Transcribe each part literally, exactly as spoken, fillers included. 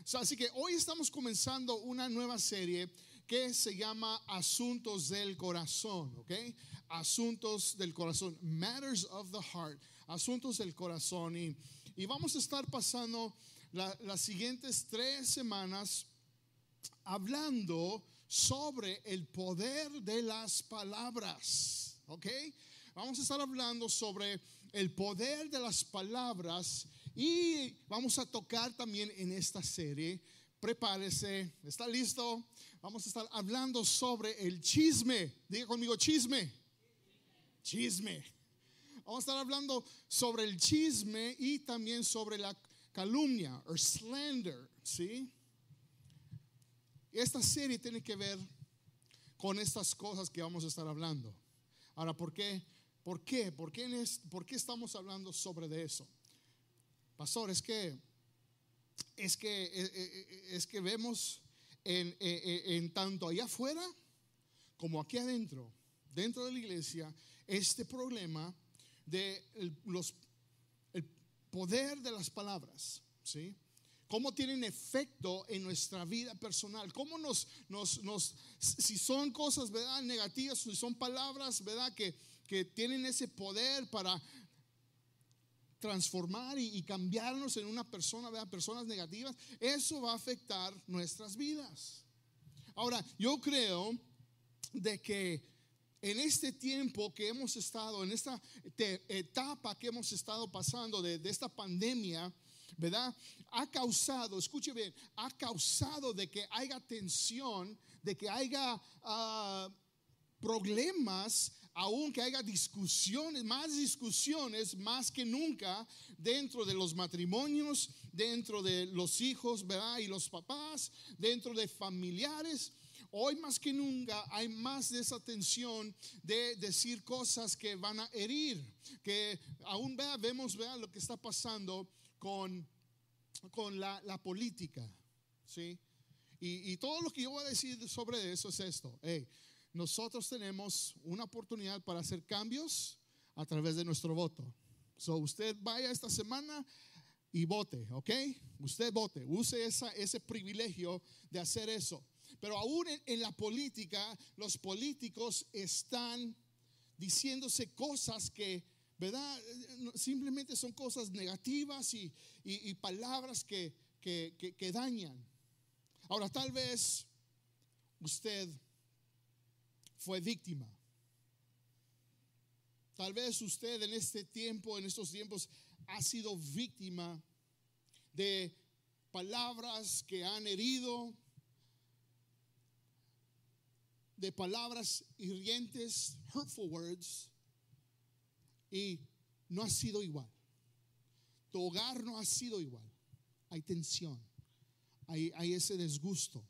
So, así que hoy estamos comenzando una nueva serie que se llama Asuntos del Corazón, ¿ok? Asuntos del Corazón, Matters of the Heart, Asuntos del Corazón. Y, y vamos a estar pasando la, las siguientes tres semanas hablando sobre el poder de las palabras, ¿ok? Vamos a estar hablando sobre el poder de las palabras y vamos a tocar también en esta serie. Prepárese, ¿está listo? Vamos a estar hablando sobre el chisme. Diga conmigo, chisme. Chisme. Vamos a estar hablando sobre el chisme y también sobre la calumnia o slander, ¿sí? Esta serie tiene que ver con estas cosas que vamos a estar hablando. Ahora, ¿por qué? ¿Por qué? ¿Por qué, es, ¿Por qué estamos hablando sobre de eso? Pastor, es que es que es que vemos en, en, en tanto allá afuera como aquí adentro, dentro de la iglesia, este problema de el, los, el poder de las palabras, ¿sí? Cómo tienen efecto en nuestra vida personal, cómo nos, nos, nos si son cosas, ¿verdad?, negativas, si son palabras, ¿verdad?, que, que tienen ese poder para transformar y, y cambiarnos en una persona, ¿verdad?, personas negativas, eso va a afectar nuestras vidas. Ahora, yo creo de que en este tiempo que hemos estado, en esta te, etapa que hemos estado pasando de, de esta pandemia, ¿verdad?, ha causado, escuche bien, ha causado de que haya tensión, de que haya uh, problemas, aún que haya discusiones, más discusiones más que nunca dentro de los matrimonios, dentro de los hijos, ¿verdad?, y los papás, dentro de familiares. Hoy más que nunca hay más de esa tensión de decir cosas que van a herir, que aún ¿verdad?, vemos ¿verdad?, lo que está pasando con, con la, la política, ¿sí? Y, y todo lo que yo voy a decir sobre eso es esto. Hey, nosotros tenemos una oportunidad para hacer cambios a través de nuestro voto. So, usted vaya esta semana y vote, ¿ok? Usted vote, use esa, ese privilegio de hacer eso. Pero aún en, en la política, los políticos están diciéndose cosas que, ¿verdad?, simplemente son cosas negativas y, y, y palabras que, que, que, que dañan. Ahora, tal vez usted fue víctima. Tal vez usted en este tiempo, en estos tiempos, ha sido víctima de palabras que han herido, de palabras hirientes, hurtful words, y no ha sido igual. Tu hogar no ha sido igual. Hay tensión, hay, hay ese desgusto.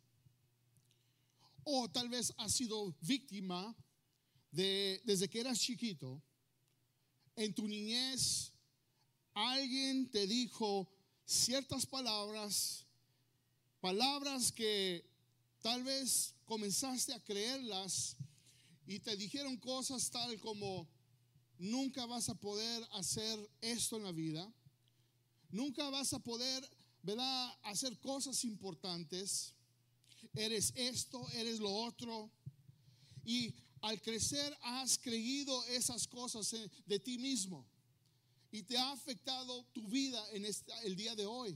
O tal vez has sido víctima de, desde que eras chiquito, en tu niñez, alguien te dijo ciertas palabras, palabras que tal vez comenzaste a creerlas y te dijeron cosas tal como: nunca vas a poder hacer esto en la vida, nunca vas a poder, ¿verdad?, hacer cosas importantes, eres esto, eres lo otro. Y al crecer has creído esas cosas de ti mismo y te ha afectado tu vida en este, el día de hoy.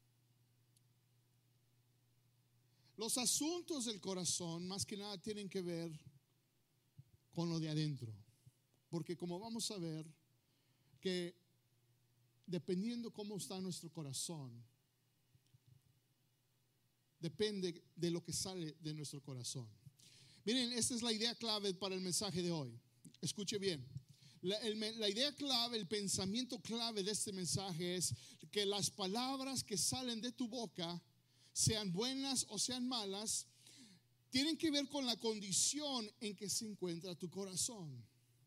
Los asuntos del corazón más que nada tienen que ver con lo de adentro, porque como vamos a ver que dependiendo cómo está nuestro corazón, depende de lo que sale de nuestro corazón. Miren, esta es la idea clave para el mensaje de hoy. Escuche bien. La, el, la idea clave, el pensamiento clave de este mensaje es que las palabras que salen de tu boca, sean buenas o sean malas, tienen que ver con la condición en que se encuentra tu corazón.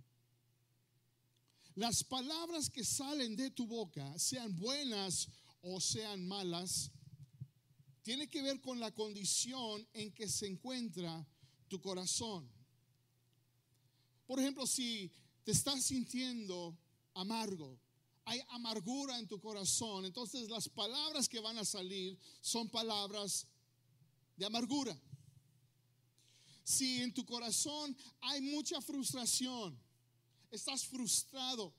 Las palabras que salen de tu boca, sean buenas o sean malas, tiene que ver con la condición en que se encuentra tu corazón. Por ejemplo, si te estás sintiendo amargo, hay amargura en tu corazón, entonces las palabras que van a salir son palabras de amargura. Si en tu corazón hay mucha frustración, estás frustrado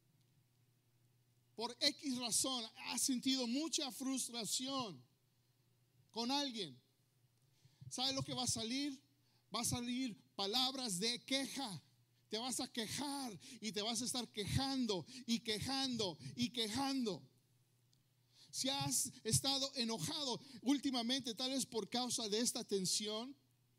por X razón, has sentido mucha frustración con alguien, ¿sabe lo que va a salir? Va a salir palabras de queja. Te vas a quejar y te vas a estar quejando y quejando y quejando. Si has estado enojado últimamente, tal vez por causa de esta tensión,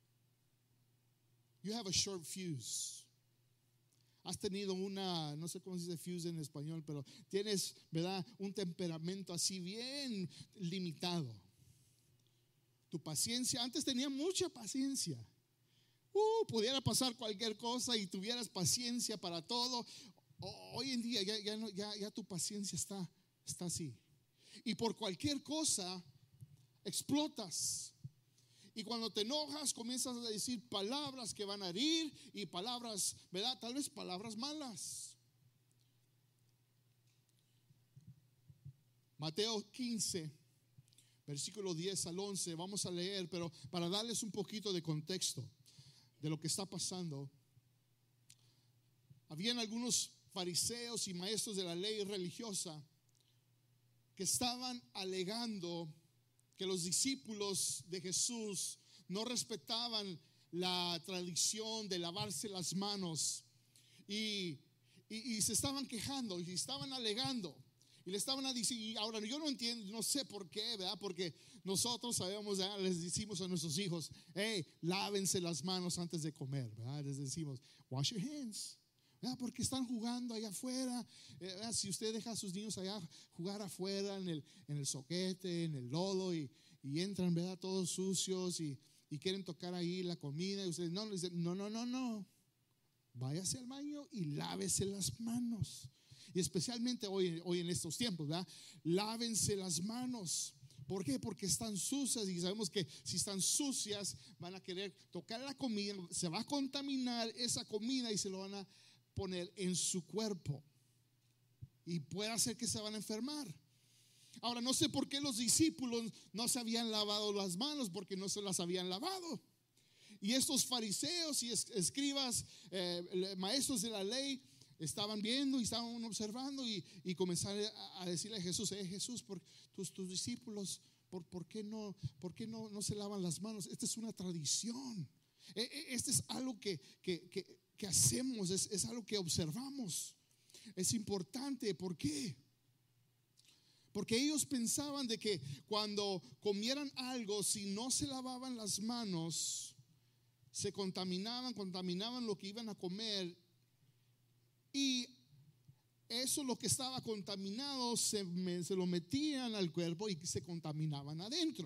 you have a short fuse. Has tenido una, no sé cómo se dice fuse en español, pero tienes, ¿verdad?, un temperamento así bien limitado. Tu paciencia, antes tenía mucha paciencia. Uh, pudiera pasar cualquier cosa y tuvieras paciencia para todo. Hoy en día ya, ya, no, ya, ya tu paciencia está, está así. Y por cualquier cosa explotas. Y cuando te enojas comienzas a decir palabras que van a herir y palabras, ¿verdad? Tal vez palabras malas. Mateo quince, versículo diez al once, vamos a leer, pero para darles un poquito de contexto de lo que está pasando. Habían algunos fariseos y maestros de la ley religiosa que estaban alegando que los discípulos de Jesús no respetaban la tradición de lavarse las manos y, y, y se estaban quejando y estaban alegando y le estaban a decir. Y ahora yo no entiendo, no sé por qué, ¿verdad? Porque nosotros sabemos, ¿verdad? Les decimos a nuestros hijos, hey, lávense las manos antes de comer, ¿verdad? Les decimos, wash your hands, ¿verdad? Porque están jugando allá afuera, ¿verdad? Si usted deja a sus niños allá jugar afuera en el, en el soquete, en el lodo y, y entran, ¿verdad?, todos sucios y, y quieren tocar ahí la comida y ustedes no, les dicen, no, no, no, no, váyase al baño y lávese las manos. Y especialmente hoy, hoy en estos tiempos, ¿verdad? Lávense las manos. ¿Por qué? Porque están sucias y sabemos que si están sucias van a querer tocar la comida, se va a contaminar esa comida y se lo van a poner en su cuerpo y puede hacer que se van a enfermar. Ahora no sé por qué los discípulos no se habían lavado las manos, porque no se las habían lavado. Y estos fariseos y escribas, eh, maestros de la ley, estaban viendo y estaban observando y, y comenzaron a decirle a Jesús, eh, Jesús, por tus, tus discípulos, ¿por, por qué, no, por qué no, no se lavan las manos? Esta es una tradición. Este es algo que, que, que, que hacemos, es, es algo que observamos. Es importante. ¿Por qué? Porque ellos pensaban de que cuando comieran algo, si no se lavaban las manos, se contaminaban, contaminaban lo que iban a comer. Y eso, lo que estaba contaminado, se, me, se lo metían al cuerpo y se contaminaban adentro.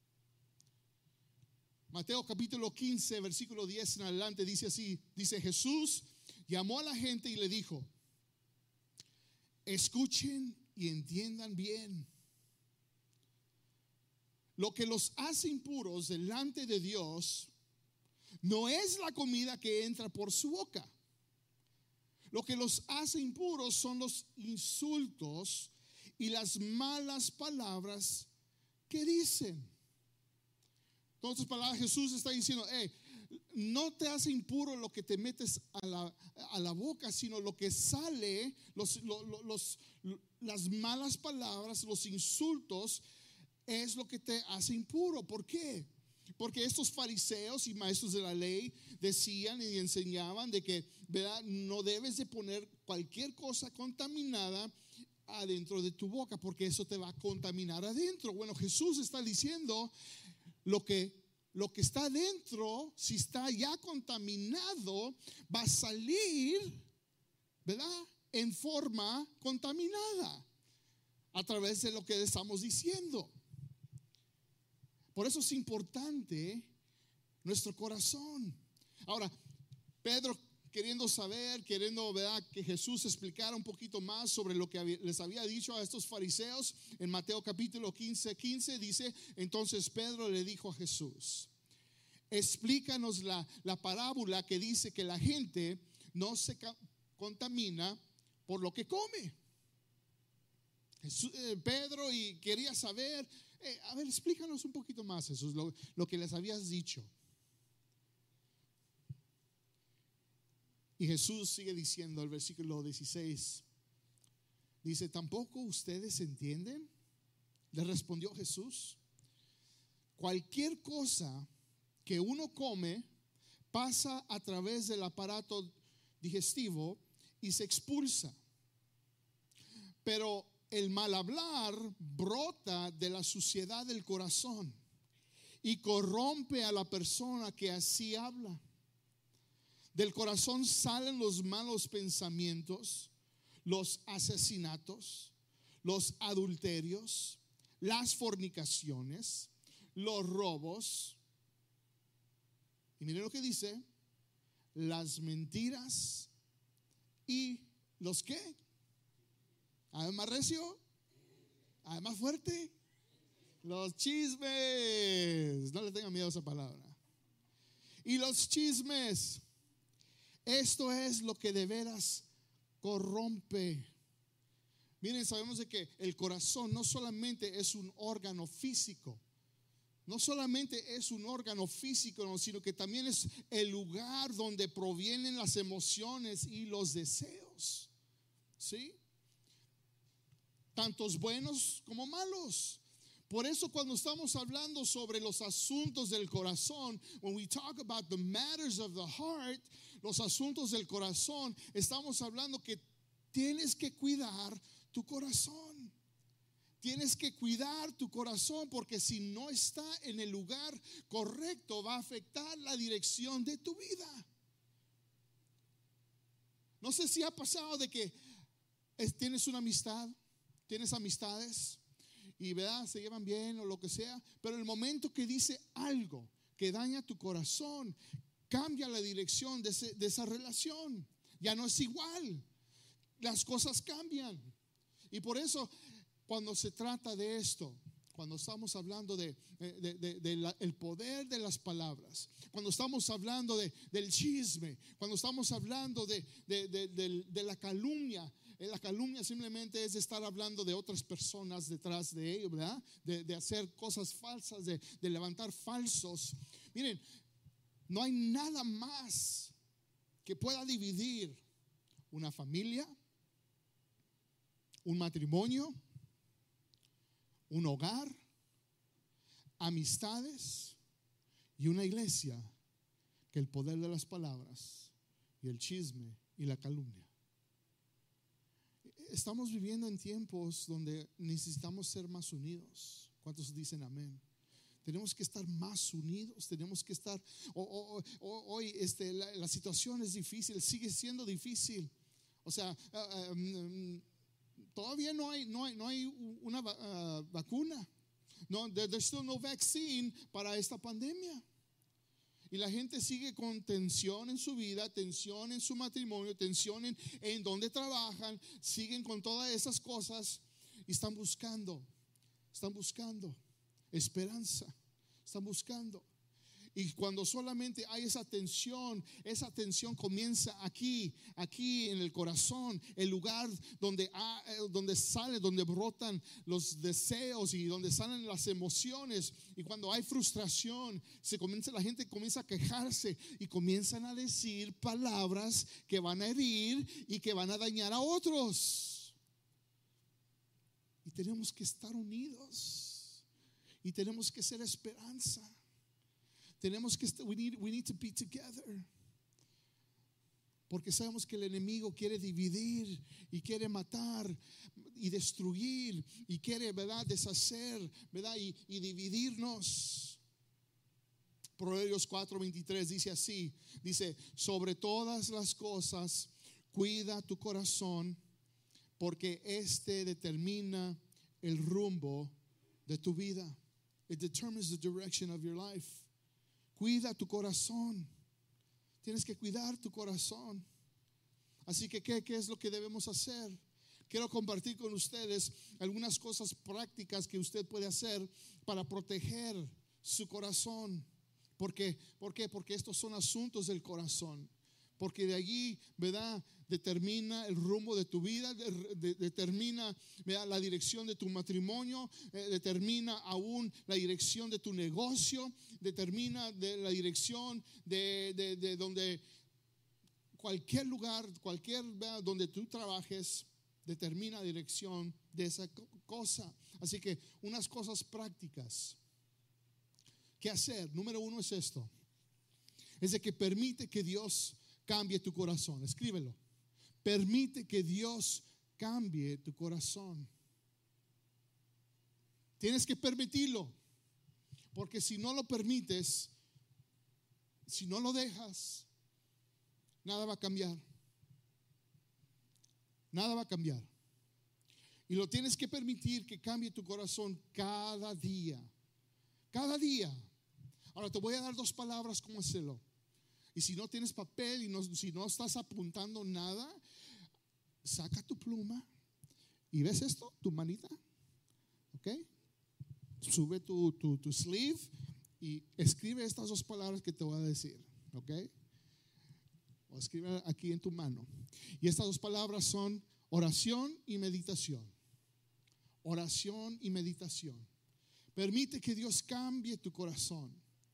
Mateo capítulo quince, versículo diez en adelante dice así, dice: Jesús llamó a la gente y le dijo, escuchen y entiendan bien. Lo que los hace impuros delante de Dios no es la comida que entra por su boca. Lo que los hace impuros son los insultos y las malas palabras que dicen. Entonces, palabra, Jesús está diciendo, hey, no te hace impuro lo que te metes a la, a la boca, sino lo que sale, los, los, los, las malas palabras, los insultos, es lo que te hace impuro. ¿Por qué? Porque estos fariseos y maestros de la ley decían y enseñaban de que, ¿verdad?, no debes de poner cualquier cosa contaminada adentro de tu boca, porque eso te va a contaminar adentro. Bueno, Jesús está diciendo lo que, lo que está adentro, si está ya contaminado, va a salir, ¿verdad?, en forma contaminada a través de lo que estamos diciendo. Por eso es importante nuestro corazón. Ahora, Pedro, queriendo saber, queriendo, ¿verdad?, que Jesús explicara un poquito más sobre lo que les había dicho a estos fariseos, en Mateo capítulo quince, quince dice, entonces Pedro le dijo a Jesús, explícanos la, la parábola que dice que la gente no se contamina por lo que come. Jesús, eh, Pedro y quería saber, eh, a ver, explícanos un poquito más, Jesús, lo, lo que les habías dicho. Y Jesús sigue diciendo, el versículo dieciséis, dice, ¿tampoco ustedes entienden? Le respondió Jesús, cualquier cosa que uno come pasa a través del aparato digestivo y se expulsa. Pero el mal hablar brota de la suciedad del corazón y corrompe a la persona que así habla. Del corazón salen los malos pensamientos, los asesinatos, los adulterios, las fornicaciones, los robos. Y miren lo que dice, las mentiras y los qué. Además recio, además fuerte, los chismes. No le tengan miedo a esa palabra. Y los chismes. Esto es lo que de veras corrompe. Miren, sabemos de que el corazón no solamente es un órgano físico, no solamente es un órgano físico, sino que también es el lugar donde provienen las emociones y los deseos. ¿Sí? Tantos buenos como malos. Por eso cuando estamos hablando sobre los asuntos del corazón, when we talk about the matters of the heart, los asuntos del corazón, estamos hablando que tienes que cuidar tu corazón. Tienes que cuidar tu corazón, porque si no está en el lugar correcto va a afectar la dirección de tu vida. No sé si ha pasado de que tienes una amistad, tienes amistades y ¿verdad? Se llevan bien o lo que sea, pero el momento que dice algo que daña tu corazón, cambia la dirección de, ese, de esa relación. Ya no es igual. Las cosas cambian. Y por eso, cuando se trata de esto, cuando estamos hablando de, de, de, de la, el poder de las palabras, cuando estamos hablando de, del chisme, cuando estamos hablando de, de, de, de, de la calumnia, la calumnia simplemente es estar hablando de otras personas detrás de ellos, ¿verdad? De, de hacer cosas falsas, de, de levantar falsos. Miren, no hay nada más que pueda dividir una familia, un matrimonio, un hogar, amistades y una iglesia que el poder de las palabras y el chisme y la calumnia. Estamos viviendo en tiempos donde necesitamos ser más unidos. ¿Cuántos dicen amén? Tenemos que estar más unidos, tenemos que estar o, o, o, hoy este, la, la situación es difícil, sigue siendo difícil. O sea, uh, um, todavía no hay, no hay, no hay una uh, vacuna. No, there, there's still no vaccine para esta pandemia. Y la gente sigue con tensión en su vida, tensión en su matrimonio, tensión en, en donde trabajan, siguen con todas esas cosas y están buscando, están buscando esperanza, están buscando. Y cuando solamente hay esa tensión, esa tensión comienza aquí, aquí en el corazón, el lugar donde, ha, donde sale, donde brotan los deseos y donde salen las emociones. Y cuando hay frustración, se comienza, la gente comienza a quejarse y comienzan a decir palabras que van a herir y que van a dañar a otros. Y tenemos que estar unidos y tenemos que ser esperanza. Tenemos que we need, we need to be together. Porque sabemos que el enemigo quiere dividir y quiere matar y destruir y quiere, ¿verdad?, deshacer, ¿verdad?, y, y dividirnos. Proverbios cuatro veintitrés dice así, dice, sobre todas las cosas cuida tu corazón, porque este determina el rumbo de tu vida. It determines the direction of your life. Cuida tu corazón. Tienes que cuidar tu corazón. Así que, ¿qué, qué es lo que debemos hacer? Quiero compartir con ustedes algunas cosas prácticas que usted puede hacer para proteger su corazón. ¿Por qué? ¿Por qué? Porque estos son asuntos del corazón. porque de allí, ¿verdad?, determina el rumbo de tu vida, de, de, determina, ¿verdad?, la dirección de tu matrimonio, eh, determina aún la dirección de tu negocio, determina de la dirección de, de, de donde cualquier lugar, cualquier, ¿verdad?, donde tú trabajes, determina la dirección de esa cosa. Así que unas cosas prácticas que hacer, número uno es esto, es de que permite que Dios cambie tu corazón. Escríbelo. Permite que Dios cambie tu corazón. Tienes que permitirlo, porque si no lo permites, si no lo dejas, nada va a cambiar. Nada va a cambiar. Y lo tienes que permitir que cambie tu corazón cada día. Cada día. Ahora te voy a dar dos palabras como hacerlo. Y si no tienes papel y no, si no estás apuntando nada, saca tu pluma y ves esto, tu manita, ¿ok? Sube tu, tu, tu sleeve y escribe estas dos palabras que te voy a decir, ¿ok? O escribe aquí en tu mano. Y estas dos palabras son oración y meditación. Oración y meditación. Permite que Dios cambie tu corazón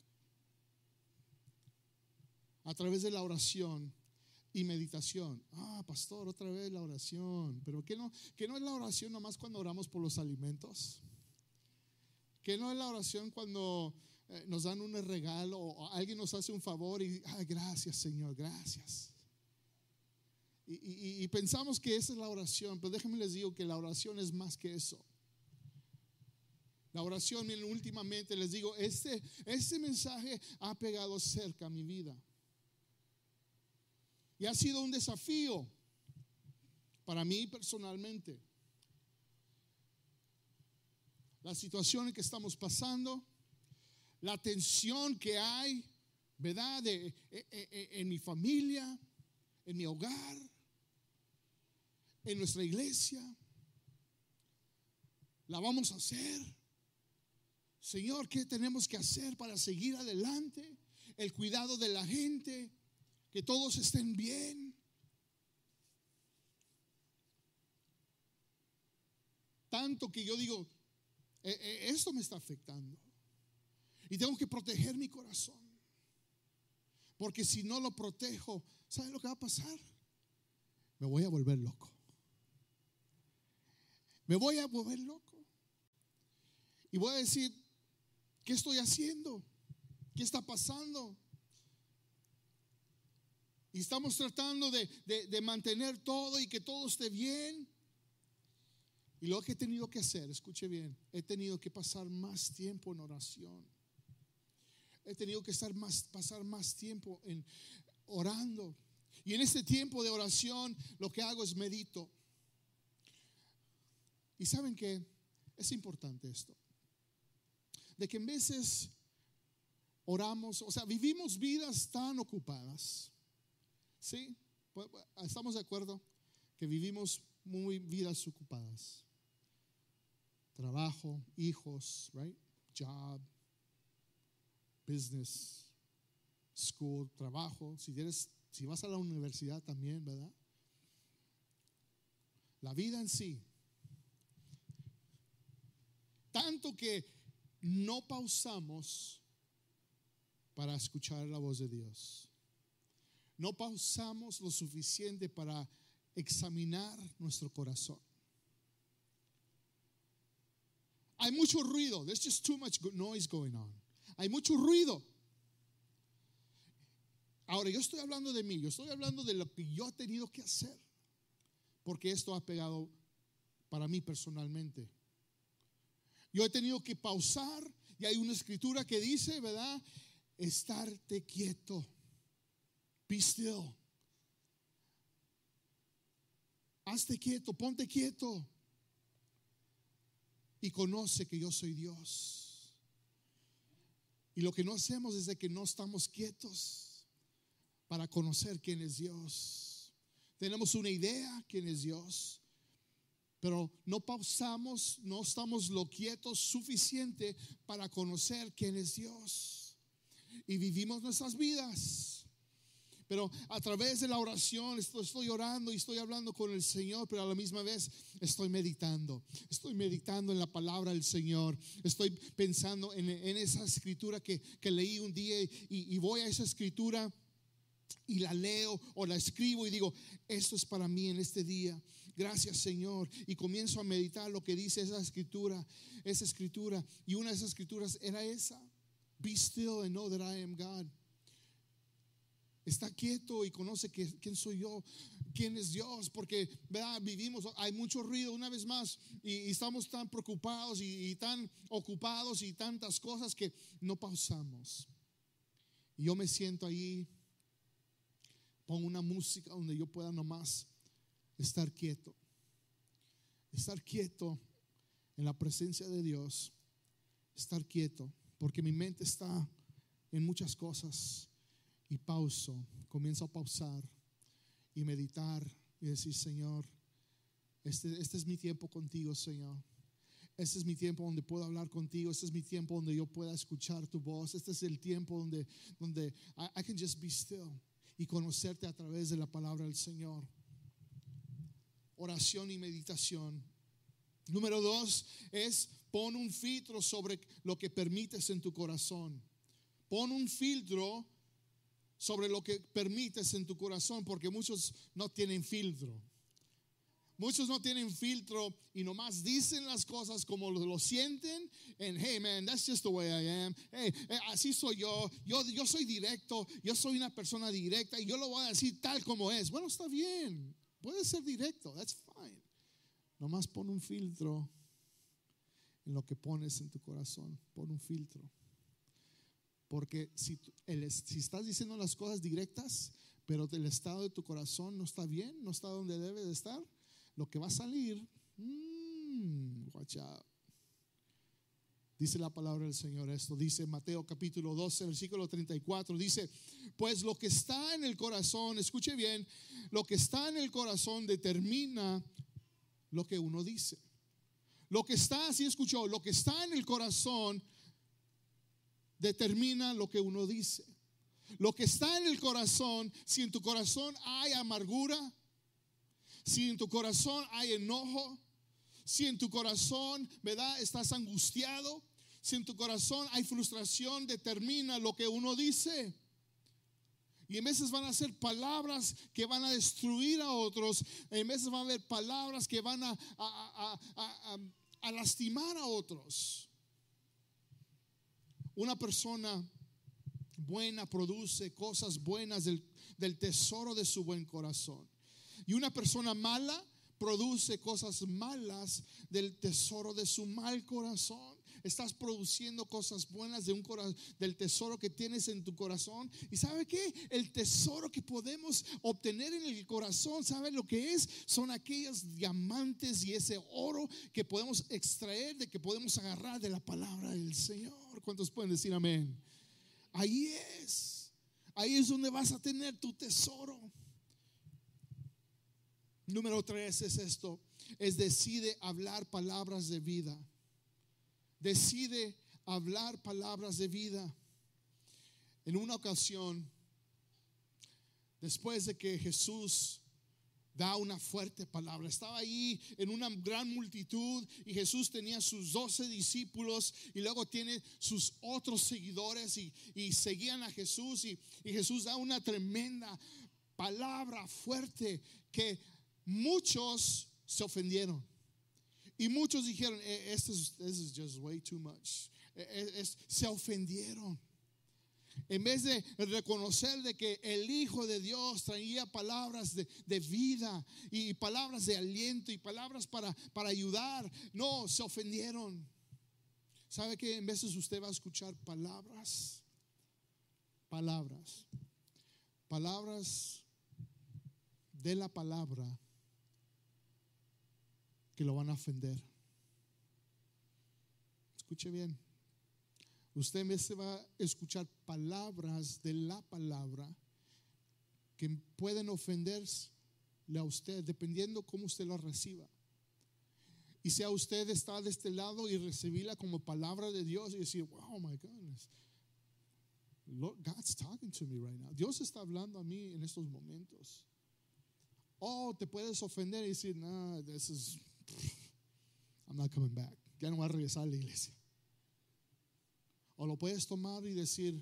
a través de la oración y meditación. Ah, pastor, otra vez la oración. Pero ¿qué no, qué no es la oración nomás cuando oramos por los alimentos? ¿Qué no es la oración cuando eh, nos dan un regalo o alguien nos hace un favor y, ah, gracias Señor, gracias? Y, y, y pensamos que esa es la oración, pero déjenme les digo que la oración es más que eso. La oración, miren, últimamente les digo, este, este mensaje ha pegado cerca a mi vida. Y ha sido un desafío para mí personalmente. La situación en que estamos pasando, la tensión que hay, ¿verdad?, de, en, en, en mi familia, en mi hogar, en nuestra iglesia. La vamos a hacer. Señor, ¿qué tenemos que hacer para seguir adelante? El cuidado de la gente, que todos estén bien. Tanto que yo digo, eh, eh, esto me está afectando y tengo que proteger mi corazón, porque si no lo protejo, ¿sabe lo que va a pasar? Me voy a volver loco. Me voy a volver loco y voy a decir, ¿qué estoy haciendo? ¿Qué está pasando? Y estamos tratando de, de, de mantener todo y que todo esté bien. Y lo que he tenido que hacer, escuche bien, he tenido que pasar más tiempo en oración. He tenido que estar más, pasar más tiempo en orando. Y en este tiempo de oración lo que hago es medito. Y ¿saben qué? Es importante esto. De que en veces oramos, o sea, vivimos vidas tan ocupadas. ¿Sí? ¿Estamos de acuerdo? Que vivimos muy vidas ocupadas. Trabajo, hijos, right? Job, business, school, trabajo. Si eres, si vas a la universidad también, ¿verdad? La vida en sí. Tanto que no pausamos para escuchar la voz de Dios. No pausamos lo suficiente para examinar nuestro corazón. Hay mucho ruido. There's just too much noise going on. Hay mucho ruido. Ahora, yo estoy hablando de mí. Yo estoy hablando de lo que yo he tenido que hacer, porque esto ha pegado para mí personalmente. Yo he tenido que pausar. Y hay una escritura que dice, ¿verdad? Estarte quieto. Be still. Hazte quieto, ponte quieto y conoce que yo soy Dios. Y lo que no hacemos es de que no estamos quietos para conocer quién es Dios. Tenemos una idea quién es Dios, pero no pausamos, no estamos lo quietos suficiente para conocer quién es Dios. Y vivimos nuestras vidas. Pero a través de la oración estoy, estoy orando y estoy hablando con el Señor, pero a la misma vez estoy meditando. Estoy meditando en la palabra del Señor. Estoy pensando en, en esa escritura que, que leí un día y, y voy a esa escritura y la leo o la escribo y digo, esto es para mí en este día. Gracias, Señor. Y comienzo a meditar lo que dice esa escritura, esa escritura. Y una de esas escrituras era esa: Be still and know that I am God. Está quieto y conoce que, quién soy yo, quién es Dios, porque ¿verdad? Vivimos, hay mucho ruido una vez más y, y estamos tan preocupados y, y tan ocupados y tantas cosas que no pausamos. Y yo me siento ahí, pongo una música donde yo pueda nomás estar quieto, estar quieto en la presencia de Dios, estar quieto, porque mi mente está en muchas cosas. Y pauso, comienzo a pausar y meditar y decir, Señor, este, este es mi tiempo contigo, Señor. Este es mi tiempo donde puedo hablar contigo. Este es mi tiempo donde yo pueda escuchar tu voz. Este es el tiempo donde, donde I, I can just be still y conocerte a través de la palabra del Señor. Oración y meditación. Número dos es pon un filtro sobre lo que permites en tu corazón. Pon un filtro sobre lo que permites en tu corazón, porque muchos no tienen filtro. Muchos no tienen filtro y nomás dicen las cosas como lo, lo sienten. And hey man, that's just the way I am. Hey, eh, así soy yo. yo. Yo soy directo. Yo soy una persona directa y yo lo voy a decir tal como es. Bueno, está bien. Puede ser directo. That's fine. Nomás pon un filtro en lo que pones en tu corazón. Pon un filtro. Porque si, el, si estás diciendo las cosas directas, pero el estado de tu corazón no está bien, no está donde debe de estar, lo que va a salir, mmm, watch out. Dice la palabra del Señor esto, dice Mateo capítulo doce, versículo treinta y cuatro, dice, pues lo que está en el corazón, escuche bien, lo que está en el corazón determina lo que uno dice. Lo que está, así escuchó, lo que está en el corazón determina lo que uno dice. Lo que está en el corazón, si en tu corazón hay amargura, si en tu corazón hay enojo, si en tu corazón, ¿verdad?, estás angustiado, si en tu corazón hay frustración, determina lo que uno dice. Y en veces van a ser palabras que van a destruir a otros. En veces van a haber palabras que van a, a, a, a, a, a lastimar a otros. Una persona buena produce cosas buenas del, del tesoro de su buen corazón. Y una persona mala produce cosas malas del tesoro de su mal corazón. Estás produciendo cosas buenas de un cora- del tesoro que tienes en tu corazón. ¿Y sabe qué? El tesoro que podemos obtener en el corazón, ¿sabe lo que es? Son aquellos diamantes y ese oro que podemos extraer, de que podemos agarrar de la palabra del Señor. ¿Cuántos pueden decir amén? Ahí es. Ahí es donde vas a tener tu tesoro. Número tres es esto, es decide hablar palabras de vida. Decide hablar palabras de vida. En una ocasión, después de que Jesús da una fuerte palabra, estaba ahí en una gran multitud y Jesús tenía sus doce discípulos y luego tiene sus otros seguidores y, y seguían a Jesús y, y Jesús da una tremenda palabra fuerte que muchos se ofendieron. Y muchos dijeron, esto es this is just way too much. Es, es, se ofendieron. En vez de reconocer de que el Hijo de Dios traía palabras de, de vida y palabras de aliento y palabras para, para ayudar, no, se ofendieron. ¿Sabe que en veces usted va a escuchar palabras? Palabras. Palabras de la palabra que lo van a ofender. Escuche bien. Usted en vez de va a escuchar palabras de la palabra que pueden ofenderle a usted, dependiendo cómo usted la reciba. Y sea usted está de este lado y recibirla como palabra de Dios y decir, wow, my goodness. Lord, God's talking to me right now. Dios está hablando a mí en estos momentos. Oh, te puedes ofender y decir, nah, this is, I'm not coming back. Ya no voy a regresar a la iglesia. O lo puedes tomar y decir,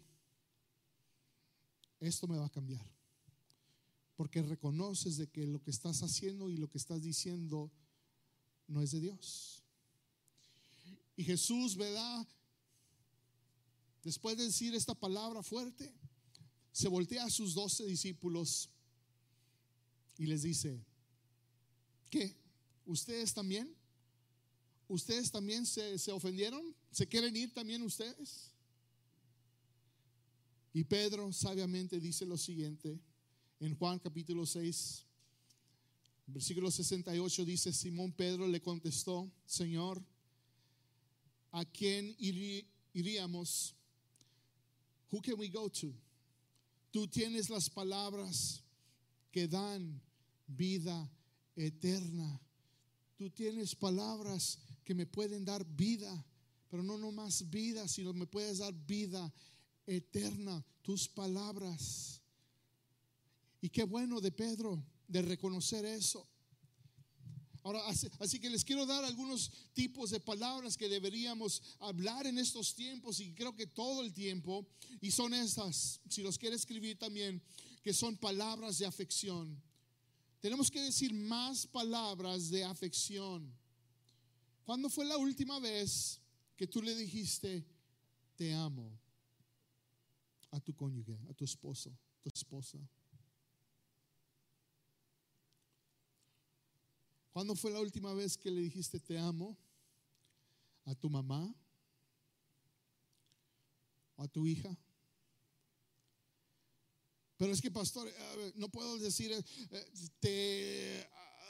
esto me va a cambiar. Porque reconoces de que lo que estás haciendo y lo que estás diciendo no es de Dios. Y Jesús, ¿verdad? Después de decir esta palabra fuerte, se voltea a sus doce discípulos y les dice, ¿qué? ¿Ustedes también? ¿Ustedes también se, se ofendieron? ¿Se quieren ir también ustedes? Y Pedro sabiamente dice lo siguiente en Juan capítulo seis, versículo sesenta y ocho, dice: Simón Pedro le contestó, Señor, ¿a quién irí, iríamos? Who can we go to? Tú tienes las palabras que dan vida eterna. Tú tienes palabras que me pueden dar vida, pero no nomás vida, sino me puedes dar vida eterna. Tus palabras. Y qué bueno de Pedro de reconocer eso. Ahora, así, así que les quiero dar algunos tipos de palabras que deberíamos hablar en estos tiempos, y creo que todo el tiempo, y son estas, si los quiere escribir también, que son palabras de afección. Tenemos que decir más palabras de afección. ¿Cuándo fue la última vez que tú le dijiste te amo a tu cónyuge, a tu esposo, tu esposa? ¿Cuándo fue la última vez que le dijiste te amo a tu mamá o a tu hija? Pero es que, pastor, no puedo decir te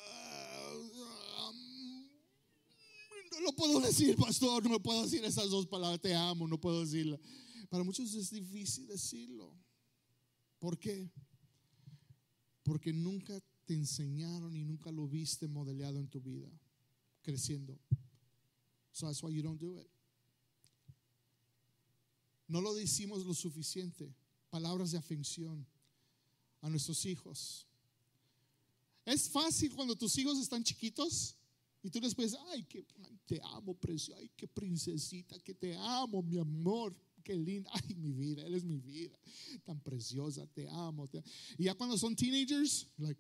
um, no lo puedo decir, pastor, no puedo decir esas dos palabras, te amo, no puedo decirla. Para muchos es difícil decirlo. ¿Por qué? Porque nunca te enseñaron y nunca lo viste modelado en tu vida creciendo. So that's why you don't do it. No lo decimos lo suficiente. Palabras de afección a nuestros hijos. Es fácil cuando tus hijos están chiquitos y tú les puedes, ay, que te amo, preciosa, ay, qué princesita, que te amo, mi amor. Qué linda, ay, mi vida, él es mi vida, tan preciosa, te amo, te amo. Y ya cuando son teenagers, like,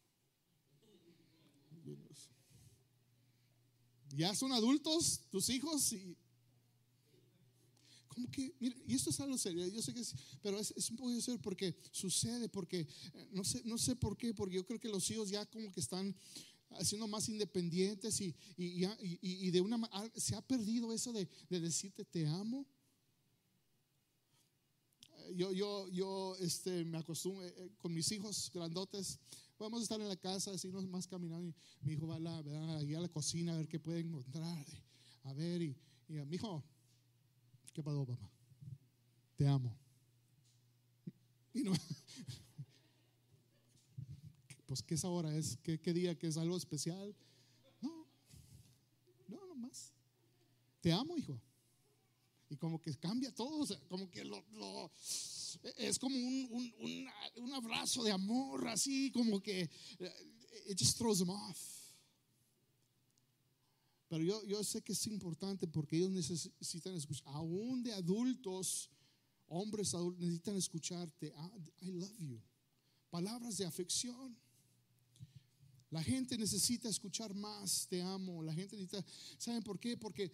ya son adultos tus hijos y como que, mira, y esto es algo serio, yo sé que es, pero es, es un poco serio porque sucede, porque no sé, no sé por qué, porque yo creo que los hijos ya como que están haciendo más independientes y, y, y, y de una manera se ha perdido eso de, de decirte te amo. Yo, yo, yo este, me acostumbro eh, con mis hijos grandotes. Vamos a estar en la casa, así nos más caminando. Y mi hijo va a la, a, a la cocina a ver qué puede encontrar. A ver, y, y mi hijo, ¿qué pasó, papá? Te amo. Y no, pues, ¿qué es ahora? ¿Es, qué, ¿Qué día? ¿Que es algo especial? No, no, no más. Te amo, hijo. Y como que cambia todo, o sea, como que lo, lo, es como un, un, un, un abrazo de amor, así como que it just throws them off. Pero yo, yo sé que es importante porque ellos necesitan escuchar, aún de adultos, hombres adultos necesitan escucharte, I love you, palabras de afección. La gente necesita escuchar más, te amo. La gente necesita, ¿saben por qué? Porque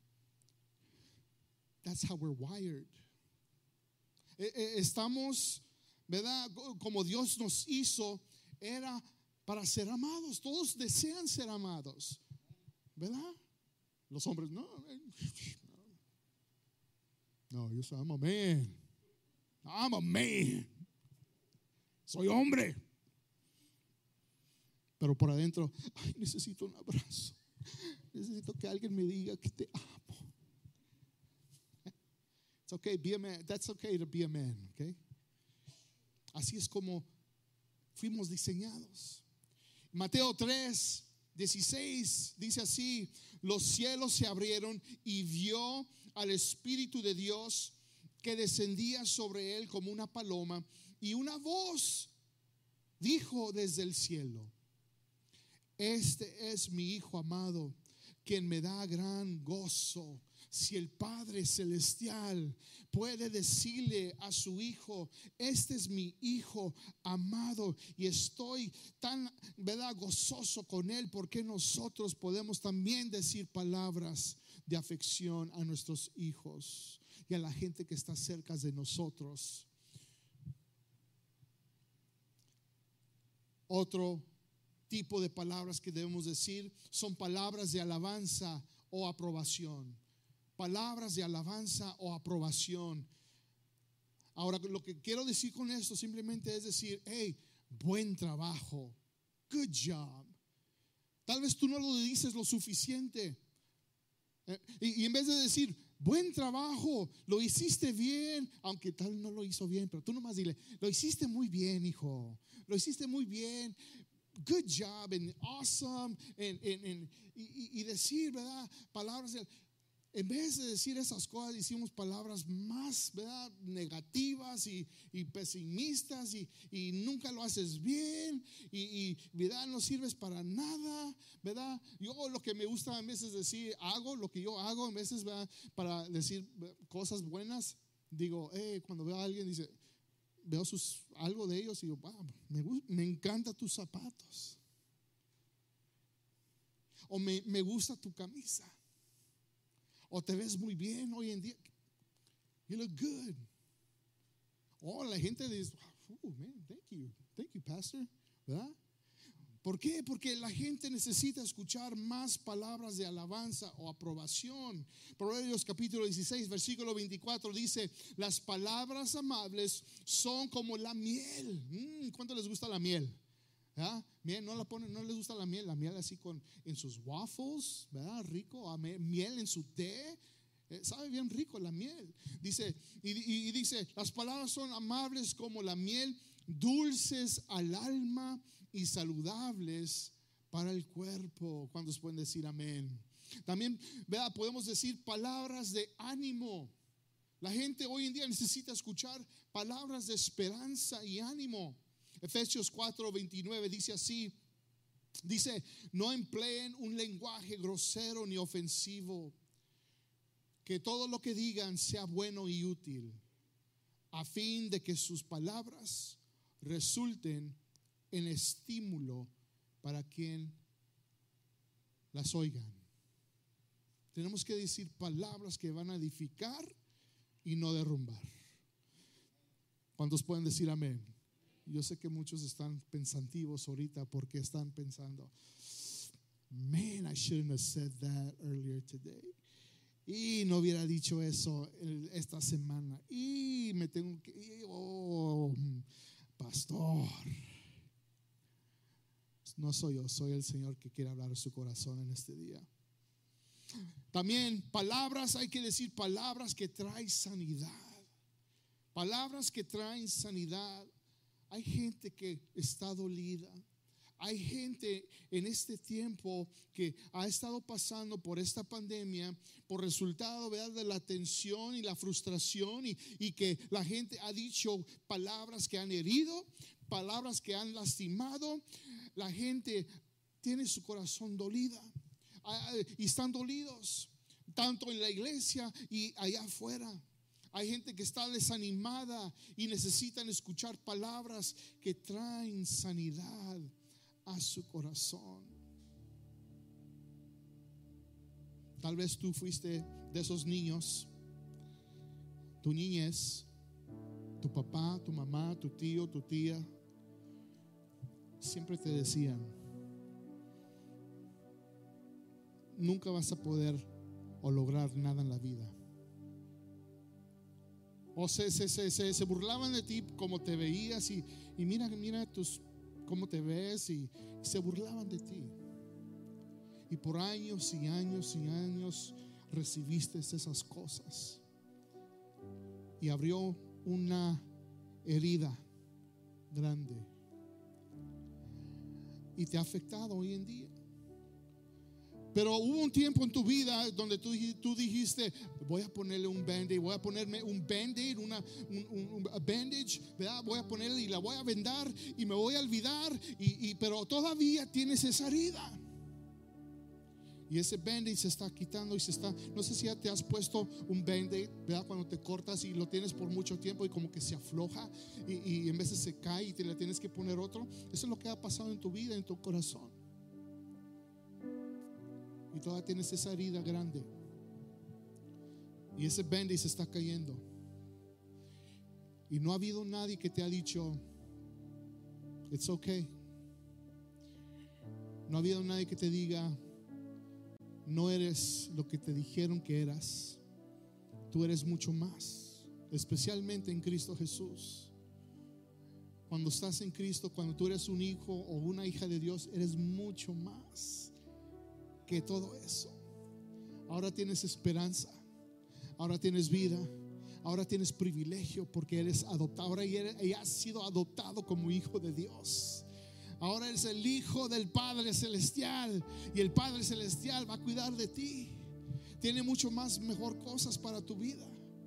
that's how we're wired. Estamos, ¿verdad? Como Dios nos hizo, era para ser amados. Todos desean ser amados, ¿verdad? Los hombres, no, no, yo soy, I'm a man. I'm a man. Soy hombre. Pero por adentro, ay, necesito un abrazo. Necesito que alguien me diga que te amo. It's okay, be a man. That's okay to be a man, okay? Así es como fuimos diseñados. Mateo tres, dieciséis dice así: los cielos se abrieron y vio al Espíritu de Dios que descendía sobre él como una paloma, y una voz dijo desde el cielo: este es mi Hijo amado, quien me da gran gozo. Si el Padre Celestial puede decirle a su Hijo: este es mi Hijo amado, y estoy tan, ¿verdad?, gozoso con él, porque nosotros podemos también decir palabras de afección a nuestros hijos y a la gente que está cerca de nosotros. Otro tipo de palabras que debemos decir son palabras de alabanza o aprobación. Palabras de alabanza o aprobación. Ahora, lo que quiero decir con esto simplemente es decir: hey, buen trabajo, good job. Tal vez tú no lo dices lo suficiente, eh, y, y en vez de decir buen trabajo, lo hiciste bien, aunque tal no lo hizo bien, pero tú nomás dile: lo hiciste muy bien, hijo, lo hiciste muy bien, good job, and awesome, and, and, and, y, y decir, ¿verdad?, palabras de, en vez de decir esas cosas, decimos palabras más, ¿verdad?, negativas y, y pesimistas, y, y nunca lo haces bien, y, y ¿verdad?, no sirves para nada, ¿verdad? Yo lo que me gusta a veces decir, hago lo que yo hago, en veces, ¿verdad?, para decir cosas buenas, digo, hey, cuando veo a alguien, dice, veo sus, algo de ellos, y digo, wow, me, me encantan tus zapatos, o me, me gusta tu camisa, o te ves muy bien hoy en día, you look good. Oh, la gente dice, oh man, thank you, thank you, pastor, ¿verdad? ¿Por qué? Porque la gente necesita escuchar más palabras de alabanza o aprobación. Proverbios capítulo dieciséis, versículo veinticuatro dice: las palabras amables son como la miel. Mm, ¿Cuánto les gusta la miel? ¿Ah? Miel, no la ponen, no les gusta la miel, la miel así con en sus waffles, ¿verdad? Rico, miel en su té, eh, sabe bien rico la miel. Dice y, y, y dice: las palabras son amables como la miel, dulces al alma y saludables para el cuerpo. ¿Cuántos pueden decir amén? También, ¿verdad?, podemos decir palabras de ánimo. La gente hoy en día necesita escuchar palabras de esperanza y ánimo. Efesios cuatro veintinueve dice así, dice: no empleen un lenguaje grosero ni ofensivo, que todo lo que digan sea bueno y útil, a fin de que sus palabras resulten en estímulo para quien las oigan. Tenemos que decir palabras que van a edificar y no derrumbar. ¿Cuántos pueden decir amén? Yo sé que muchos están pensativos ahorita porque están pensando, man, I shouldn't have said that earlier today. Y no hubiera dicho eso esta semana. Y me tengo que, oh, pastor. No soy yo, soy el Señor que quiere hablar a su corazón en este día. También palabras, hay que decir palabras que traen sanidad. Palabras que traen sanidad. Hay gente que está dolida. Hay gente en este tiempo que ha estado pasando por esta pandemia por resultado, ¿verdad?, de la tensión y la frustración, y, y que la gente ha dicho palabras que han herido, palabras que han lastimado. La gente tiene su corazón dolida y están dolidos tanto en la iglesia y allá afuera. Hay gente que está desanimada y necesitan escuchar palabras que traen sanidad a su corazón. Tal vez tú fuiste de esos niños, tu niñez, tu papá, tu mamá, tu tío, tu tía, siempre te decían: nunca vas a poder o lograr nada en la vida. O se, se, se, se, se burlaban de ti como te veías, y, y mira, mira tus, cómo te ves, y, y se burlaban de ti. Y por años y años y años recibiste esas cosas, y abrió una herida grande y te ha afectado hoy en día. Pero hubo un tiempo en tu vida donde tú, tú dijiste, voy a ponerle un band-aid, voy a ponerme un band-aid, una, un, un, un bandage, ¿verdad? Voy a ponerle y la voy a vendar y me voy a olvidar, y, y, pero todavía tienes esa herida. Y ese band-aid se está quitando y se está, no sé si ya te has puesto un band-aid, ¿verdad? Cuando te cortas y lo tienes por mucho tiempo y como que se afloja y, y en veces se cae y te le tienes que poner otro. Eso es lo que ha pasado en tu vida, en tu corazón. Y todavía tienes esa herida grande. Y ese band-aid se está cayendo. Y no ha habido nadie que te ha dicho, it's okay. No ha habido nadie que te diga, no eres lo que te dijeron que eras. Tú eres mucho más, especialmente en Cristo Jesús. Cuando estás en Cristo, cuando tú eres un hijo o una hija de Dios, eres mucho más que todo eso. Ahora tienes esperanza, ahora tienes vida, ahora tienes privilegio porque eres adoptado. Ahora ya has sido adoptado como hijo de Dios. Ahora eres el hijo del Padre Celestial y el Padre Celestial va a cuidar de ti. Tiene mucho más mejor cosas para tu vida.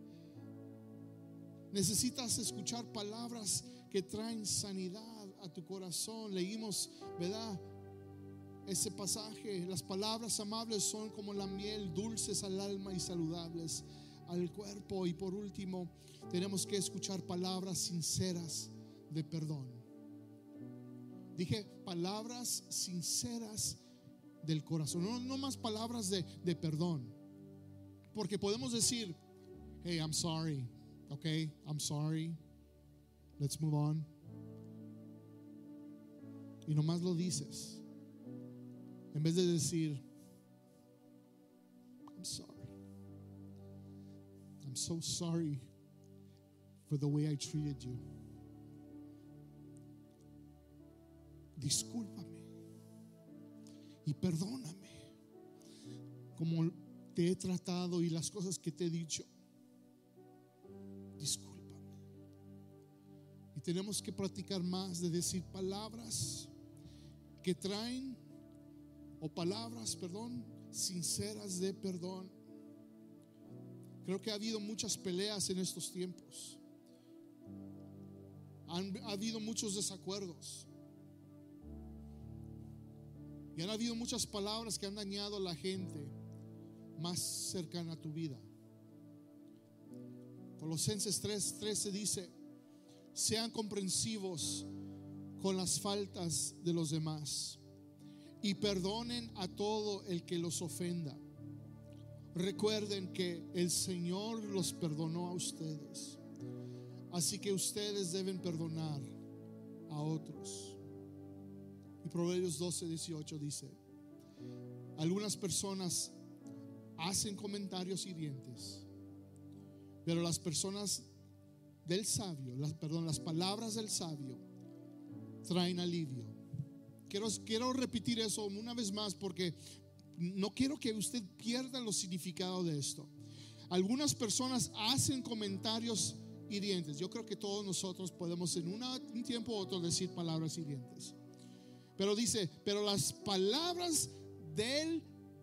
Necesitas escuchar palabras que traen sanidad a tu corazón. Leímos, ¿verdad? Ese pasaje, las palabras amables son como la miel, dulces al alma y saludables al cuerpo. Y por último, tenemos que escuchar palabras sinceras de perdón. Dije palabras sinceras del corazón, no, no más palabras de, de perdón. Porque podemos decir, hey, I'm sorry, okay, I'm sorry, let's move on. Y nomás lo dices, en vez de decir, I'm sorry, I'm so sorry for the way I treated you. Discúlpame y perdóname como te he tratado y las cosas que te he dicho. Discúlpame. Y tenemos que practicar más de decir palabras que traen, o palabras, perdón, sinceras de perdón. Creo que ha habido muchas peleas en estos tiempos. Han, ha habido muchos desacuerdos. Y han habido muchas palabras que han dañado a la gente más cercana a tu vida. Colosenses tres trece dice, sean comprensivos con las faltas de los demás y perdonen a todo el que los ofenda. Recuerden que el Señor los perdonó a ustedes, así que ustedes deben perdonar a otros. Y Proverbios doce dieciocho dice, algunas personas hacen comentarios hirientes, pero las personas del sabio, las, perdón, las palabras del sabio traen alivio. Quiero, quiero repetir eso una vez más porque no quiero que usted pierda los significados de esto. Algunas personas hacen comentarios hirientes. Yo creo que todos nosotros podemos en una, un tiempo u otro decir palabras hirientes. Pero dice, pero las palabras del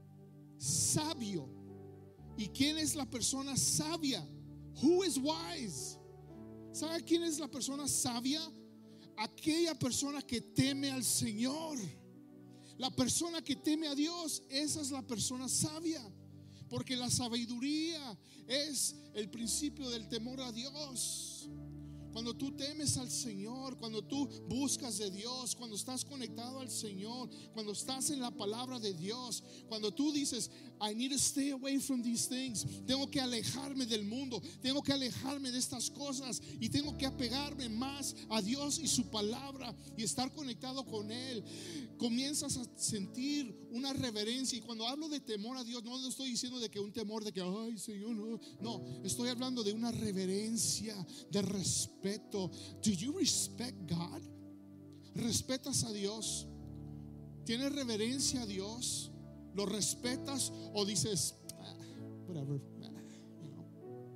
sabio. ¿Y quién es la persona sabia? Who is wise? ¿Sabe quién es la persona sabia? Aquella persona que teme al Señor. La persona que teme a Dios, esa es la persona sabia. Porque la sabiduría es el principio del temor a Dios. Cuando tú temes al Señor, cuando tú buscas de Dios, cuando estás conectado al Señor, cuando estás en la palabra de Dios, cuando tú dices, I need to stay away from these things, tengo que alejarme del mundo, tengo que alejarme de estas cosas y tengo que apegarme más a Dios y su palabra y estar conectado con Él, comienzas a sentir una reverencia. Y cuando hablo de temor a Dios, no estoy diciendo de que un temor de que, ay Señor, no, no, estoy hablando de una reverencia, de respeto. Do you respect God? ¿Respetas a Dios? ¿Tienes reverencia a Dios? ¿Lo respetas o dices ah, whatever, you know?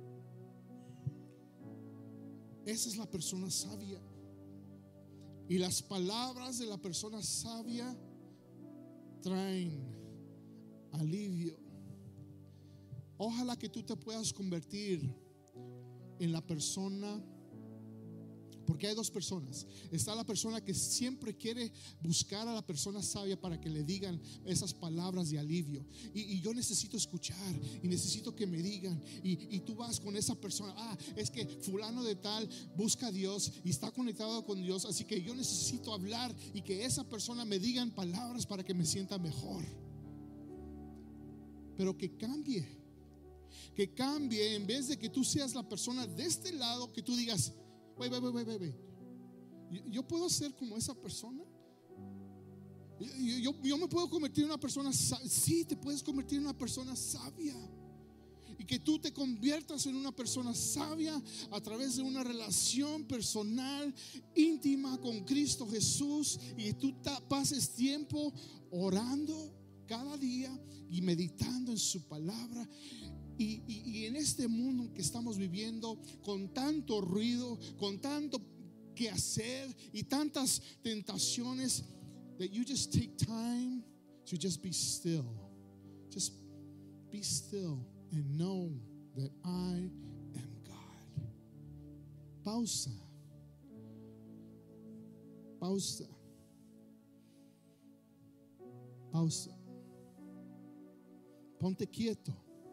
Esa es la persona sabia. Y las palabras de la persona sabia traen alivio. Ojalá que tú te puedas convertir en la persona, porque hay dos personas. Está la persona que siempre quiere buscar a la persona sabia para que le digan esas palabras de alivio. Y, y yo necesito escuchar y necesito que me digan. Y, y tú vas con esa persona. Ah, es que fulano de tal busca a Dios y está conectado con Dios. Así que yo necesito hablar y que esa persona me digan palabras para que me sienta mejor. Pero que cambie. Que cambie, en vez de que tú seas la persona de este lado, que tú digas: Wait, wait, wait, wait, wait. ¿Yo puedo ser como esa persona? ¿Yo, yo, yo me puedo convertir en una persona sabia? Sí, te puedes convertir en una persona sabia. Y que tú te conviertas en una persona sabia a través de una relación personal, íntima con Cristo Jesús. Y que tú pases tiempo orando cada día y meditando en su palabra. Y, y, y en este mundo que estamos viviendo, con tanto ruido, con tanto que hacer y tantas tentaciones, that you just take time to just be still. Just be still and know that I am God. Pausa. Pausa. Pausa. Ponte quieto.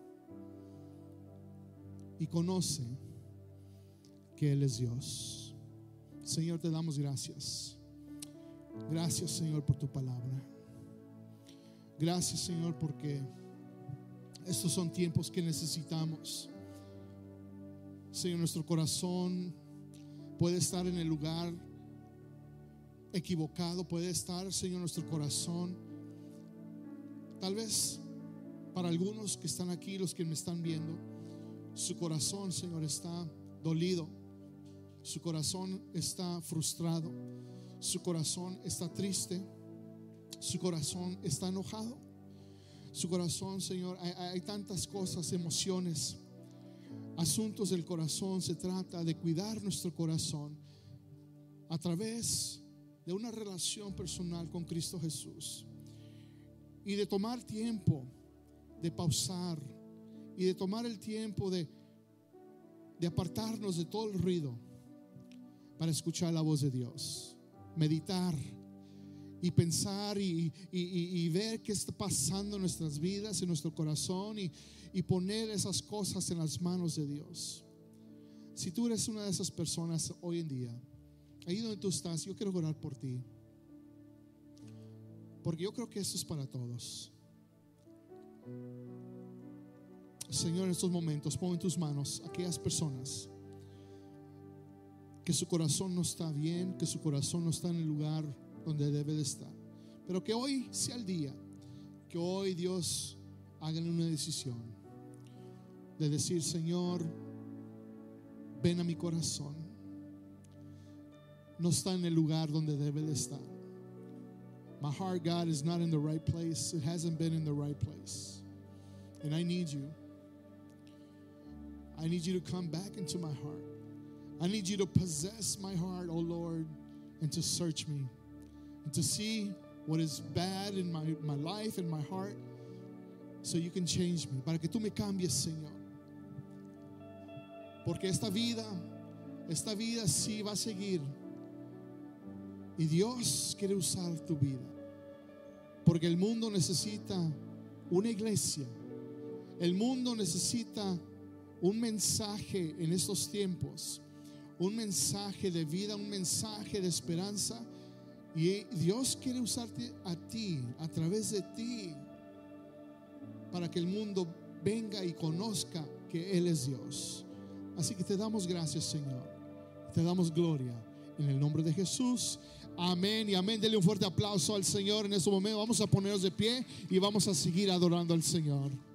Y conoce que Él es Dios. Señor, te damos gracias. Gracias, Señor, por tu palabra. Gracias, Señor, porque estos son tiempos que necesitamos. Señor, nuestro corazón puede estar en el lugar equivocado. Puede estar, Señor, nuestro corazón, tal vez para algunos que están aquí, los que me están viendo, su corazón, Señor, está dolido. Su corazón está frustrado. Su corazón está triste. Su corazón está enojado. Su corazón, Señor, hay, hay tantas cosas, emociones, asuntos del corazón. Se trata de cuidar nuestro corazón a través de una relación personal con Cristo Jesús. Y de tomar tiempo de pausar y de tomar el tiempo de, de apartarnos de todo el ruido para escuchar la voz de Dios, meditar y pensar y, y, y, y ver qué está pasando en nuestras vidas, en nuestro corazón, y, y poner esas cosas en las manos de Dios. Si tú eres una de esas personas hoy en día, ahí donde tú estás, yo quiero orar por ti, porque yo creo que esto es para todos. Señor, en estos momentos pon en tus manos a aquellas personas que su corazón no está bien, que su corazón no está en el lugar donde debe de estar, pero que hoy sea el día, que hoy Dios haga una decisión de decir: Señor, ven a mi corazón. No está en el lugar donde debe de estar. My heart, God, is not in the right place. It hasn't been in the right place, and I need you. I need you to come back into my heart. I need you to possess my heart, oh Lord, and to search me and to see what is bad in my, my life and my heart, so you can change me, para que tú me cambies, Señor. Porque esta vida, esta vida sí va a seguir, y Dios quiere usar tu vida, porque el mundo necesita una iglesia. El mundo necesita un mensaje en estos tiempos, un mensaje de vida, un mensaje de esperanza. Y Dios quiere usarte a ti, a través de ti, para que el mundo venga y conozca que Él es Dios. Así que te damos gracias, Señor. Te damos gloria en el nombre de Jesús. Amén y amén. Dele un fuerte aplauso al Señor en este momento. Vamos a ponernos de pie y vamos a seguir adorando al Señor.